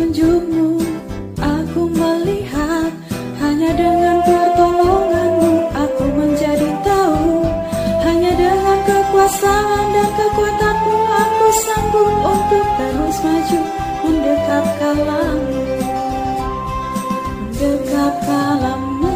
petunjukmu aku melihat, hanya dengan pertolonganmu aku menjadi tahu, hanya dengan kekuasaan dan kekuatanmu aku sanggup untuk terus maju mendekat kalammu, mendekat kalammu.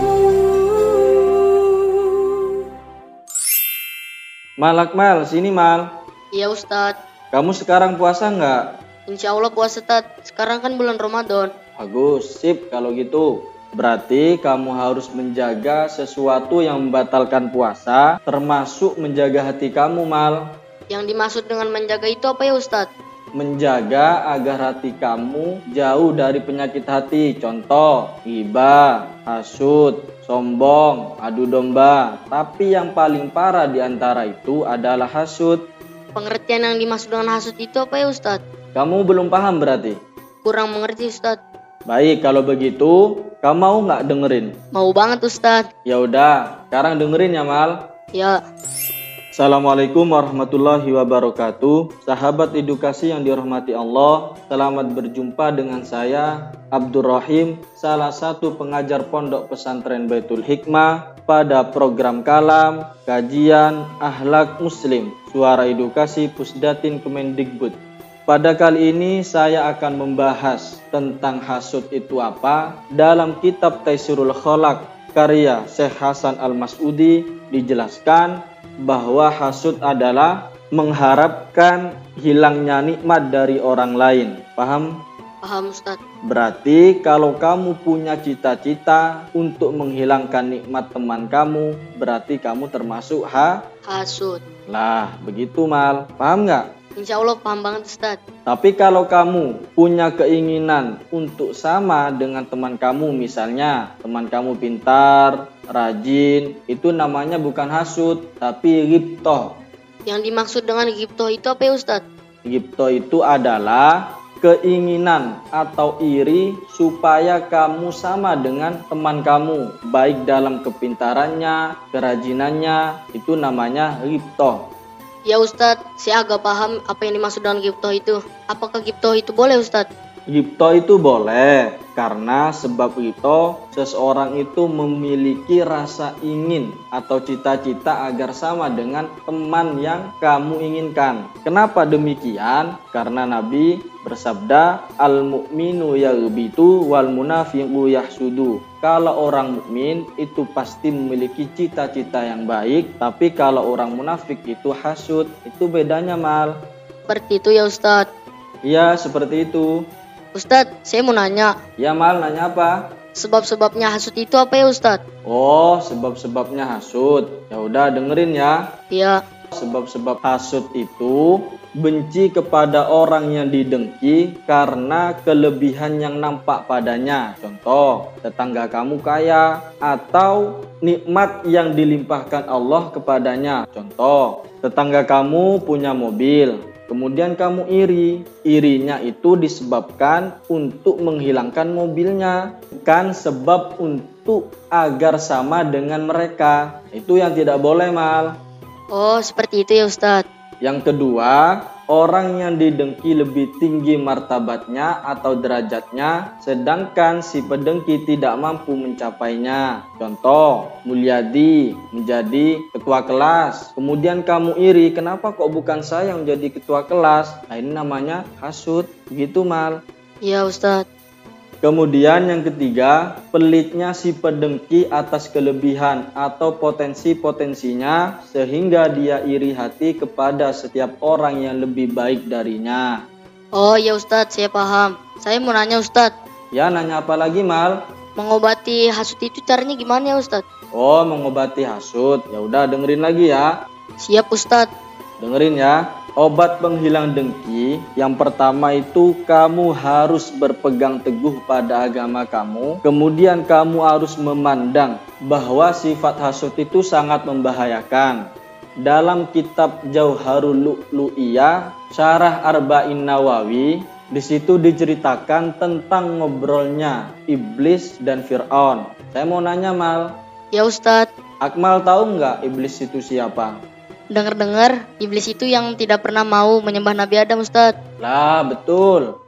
Mal Akmal, sini Mal. Iya Ustadz. Kamu sekarang puasa nggak? Insya Allah puasa Ustadz. Sekarang kan bulan Ramadan. Bagus, sip kalau gitu. Berarti kamu harus menjaga sesuatu yang membatalkan puasa, termasuk menjaga hati kamu, Mal. Yang dimaksud dengan menjaga itu apa ya Ustadz? Menjaga agar hati kamu jauh dari penyakit hati. Contoh, ghibah, hasud, sombong, adu domba. Tapi yang paling parah di antara itu adalah hasud. Pengertian yang dimaksud dengan hasud itu apa ya Ustadz? Kamu belum paham berarti? Kurang mengerti Ustadz. Baik, kalau begitu, kamu mau nggak dengerin? Mau banget Ustadz. Ya udah, sekarang dengerin ya Mal. Ya. Assalamualaikum warahmatullahi wabarakatuh. Sahabat edukasi yang dirahmati Allah, selamat berjumpa dengan saya Abdurrahim, salah satu pengajar pondok pesantren Baitul Hikmah pada program Kalam Kajian Akhlak Muslim, Suara Edukasi Pusdatin Kemendikbud. Pada kali ini saya akan membahas tentang hasud itu apa. Dalam kitab Taisirul Kholaq karya Syekh Hasan Al-Mas'udi dijelaskan bahwa hasud adalah mengharapkan hilangnya nikmat dari orang lain. Paham? Paham Ustadz. Berarti kalau kamu punya cita-cita untuk menghilangkan nikmat teman kamu, berarti kamu termasuk hasud. Lah, begitu Mal. Paham nggak? Insya Allah paham banget Ustadz. Tapi kalau kamu punya keinginan untuk sama dengan teman kamu, misalnya teman kamu pintar, rajin, itu namanya bukan hasud, tapi ghibtoh. Yang dimaksud dengan ghibtoh itu apa ya Ustadz? Ghibtoh itu adalah keinginan atau iri supaya kamu sama dengan teman kamu, baik dalam kepintarannya, kerajinannya, itu namanya ghibtoh. Ya Ustadz, saya agak paham apa yang dimaksud dengan ghibtoh itu. Apakah ghibtoh itu boleh Ustadz? Ghibtoh itu boleh, karena sebab itu seseorang itu memiliki rasa ingin atau cita-cita agar sama dengan teman yang kamu inginkan. Kenapa demikian? Karena Nabi bersabda, al-mu'minu yaghbitu wal munafiqu yahsudu. Kalau orang mukmin itu pasti memiliki cita-cita yang baik, tapi kalau orang munafik itu hasud. Itu bedanya Mal. Seperti itu ya Ustadz. Iya, seperti itu. Ustadz, saya mau nanya. Ya Mal, nanya apa? Sebab-sebabnya hasud itu apa ya Ustadz? Oh, sebab-sebabnya hasud. Ya udah dengerin ya. Iya. Sebab-sebab hasud itu benci kepada orang yang didengki karena kelebihan yang nampak padanya. Contoh, tetangga kamu kaya atau nikmat yang dilimpahkan Allah kepadanya. Contoh, tetangga kamu punya mobil, kemudian kamu iri. Irinya itu disebabkan untuk menghilangkan mobilnya, bukan sebab untuk agar sama dengan mereka. Itu yang tidak boleh Mal. Oh, seperti itu ya Ustadz. Yang kedua, orang yang didengki lebih tinggi martabatnya atau derajatnya, sedangkan si pedengki tidak mampu mencapainya. Contoh, Mulyadi menjadi ketua kelas, kemudian kamu iri, kenapa kok bukan saya yang jadi ketua kelas? Nah, ini namanya hasud, gitu Mal. Iya Ustadz. Kemudian yang ketiga, pelitnya si pedengki atas kelebihan atau potensi-potensinya sehingga dia iri hati kepada setiap orang yang lebih baik darinya. Oh ya Ustadz, saya paham. Saya mau nanya Ustadz. Ya, nanya apa lagi Mal? Mengobati hasud itu caranya gimana ya Ustadz? Oh, mengobati hasud. Ya udah dengerin lagi ya. Siap Ustadz. Dengerin ya. Obat penghilang dengki yang pertama itu kamu harus berpegang teguh pada agama kamu. Kemudian kamu harus memandang bahwa sifat hasud itu sangat membahayakan. Dalam kitab Jauharul Lu'lu'iyah, Syarah Arba'in Nawawi, di situ diceritakan tentang ngobrolnya Iblis dan Fir'aun. Saya mau nanya Mal. Ya Ustadz. Akmal tahu nggak Iblis itu siapa? Dengar-dengar, iblis itu yang tidak pernah mau menyembah Nabi Adam, Ustadz. Lah, betul.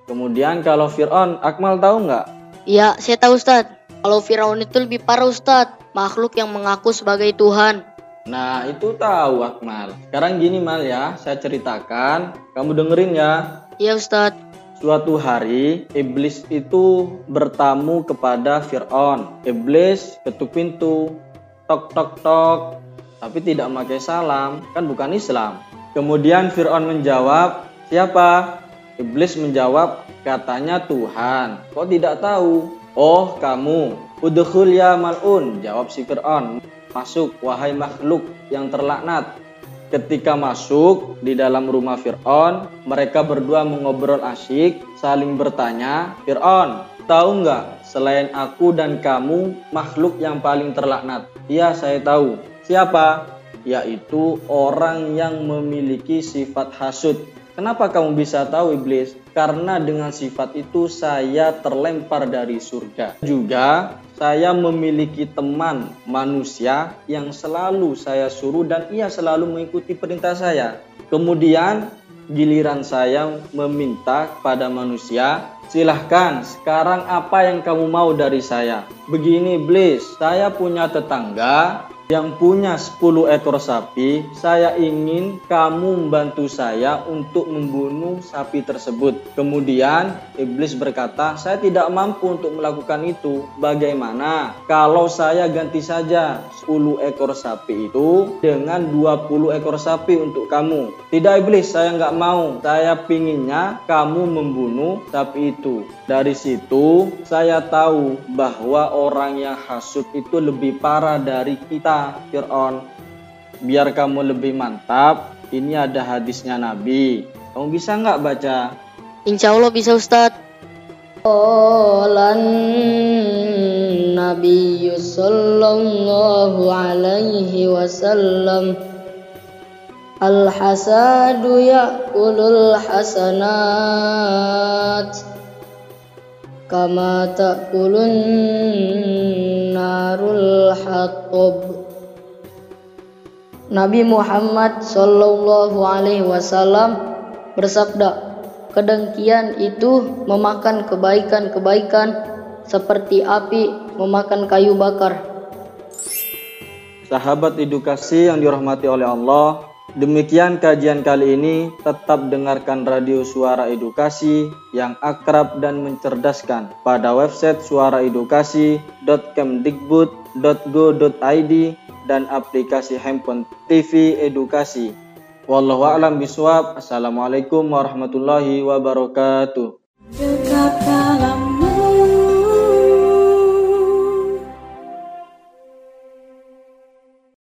Kemudian kalau Fir'aun, Akmal tahu nggak? Iya, saya tahu Ustadz. Kalau Firaun itu lebih parah Ustadz, makhluk yang mengaku sebagai Tuhan. Nah, itu tahu Akmal. Sekarang gini Mal ya, saya ceritakan, kamu dengerin ya. Iya Ustadz. Suatu hari, iblis itu bertamu kepada Fir'aun. Iblis ketuk pintu, tok tok tok, tapi tidak pakai salam, kan bukan Islam. Kemudian Fir'aun menjawab, siapa? Iblis menjawab, katanya Tuhan. Kok tidak tahu? Oh, kamu. Udkhul ya mal'un, jawab si Fir'aun. Masuk, wahai makhluk yang terlaknat. Ketika masuk di dalam rumah Fir'aun, mereka berdua mengobrol asyik, saling bertanya, Fir'aun, tahu nggak selain aku dan kamu makhluk yang paling terlaknat? Iya, saya tahu. Siapa? Yaitu orang yang memiliki sifat hasud. Kenapa kamu bisa tahu iblis? Karena dengan sifat itu saya terlempar dari surga. Juga saya memiliki teman manusia yang selalu saya suruh dan ia selalu mengikuti perintah saya. Kemudian giliran saya meminta kepada manusia, silahkan sekarang apa yang kamu mau dari saya? Begini iblis, saya punya tetangga yang punya 10 ekor sapi, saya ingin kamu membantu saya untuk membunuh sapi tersebut. Kemudian iblis berkata, saya tidak mampu untuk melakukan itu. Bagaimana kalau saya ganti saja 10 ekor sapi itu dengan 20 ekor sapi untuk kamu? Tidak iblis, saya nggak mau. Saya pinginnya kamu membunuh sapi itu. Dari situ saya tahu bahwa orang yang hasud itu lebih parah dari kita. Fir'aun, biar kamu lebih mantap, ini ada hadisnya Nabi. Kamu bisa nggak baca? Insya Allah bisa Ustadz. Qalan Nabi sallallahu alaihi wasallam, al-hasadu ya'kulul hasanat kama ta'kulun narul hatab. Nabi Muhammad Sallallahu Alaihi Wasallam bersabda, kedengkian itu memakan kebaikan-kebaikan seperti api memakan kayu bakar. Sahabat edukasi yang dirahmati oleh Allah, demikian kajian kali ini. Tetap dengarkan radio Suara Edukasi yang akrab dan mencerdaskan pada website suaraedukasi.kemdikbud.go.id dan aplikasi handphone TV Edukasi. Wallahu a'lam bishawab. Assalamualaikum warahmatullahi wabarakatuh.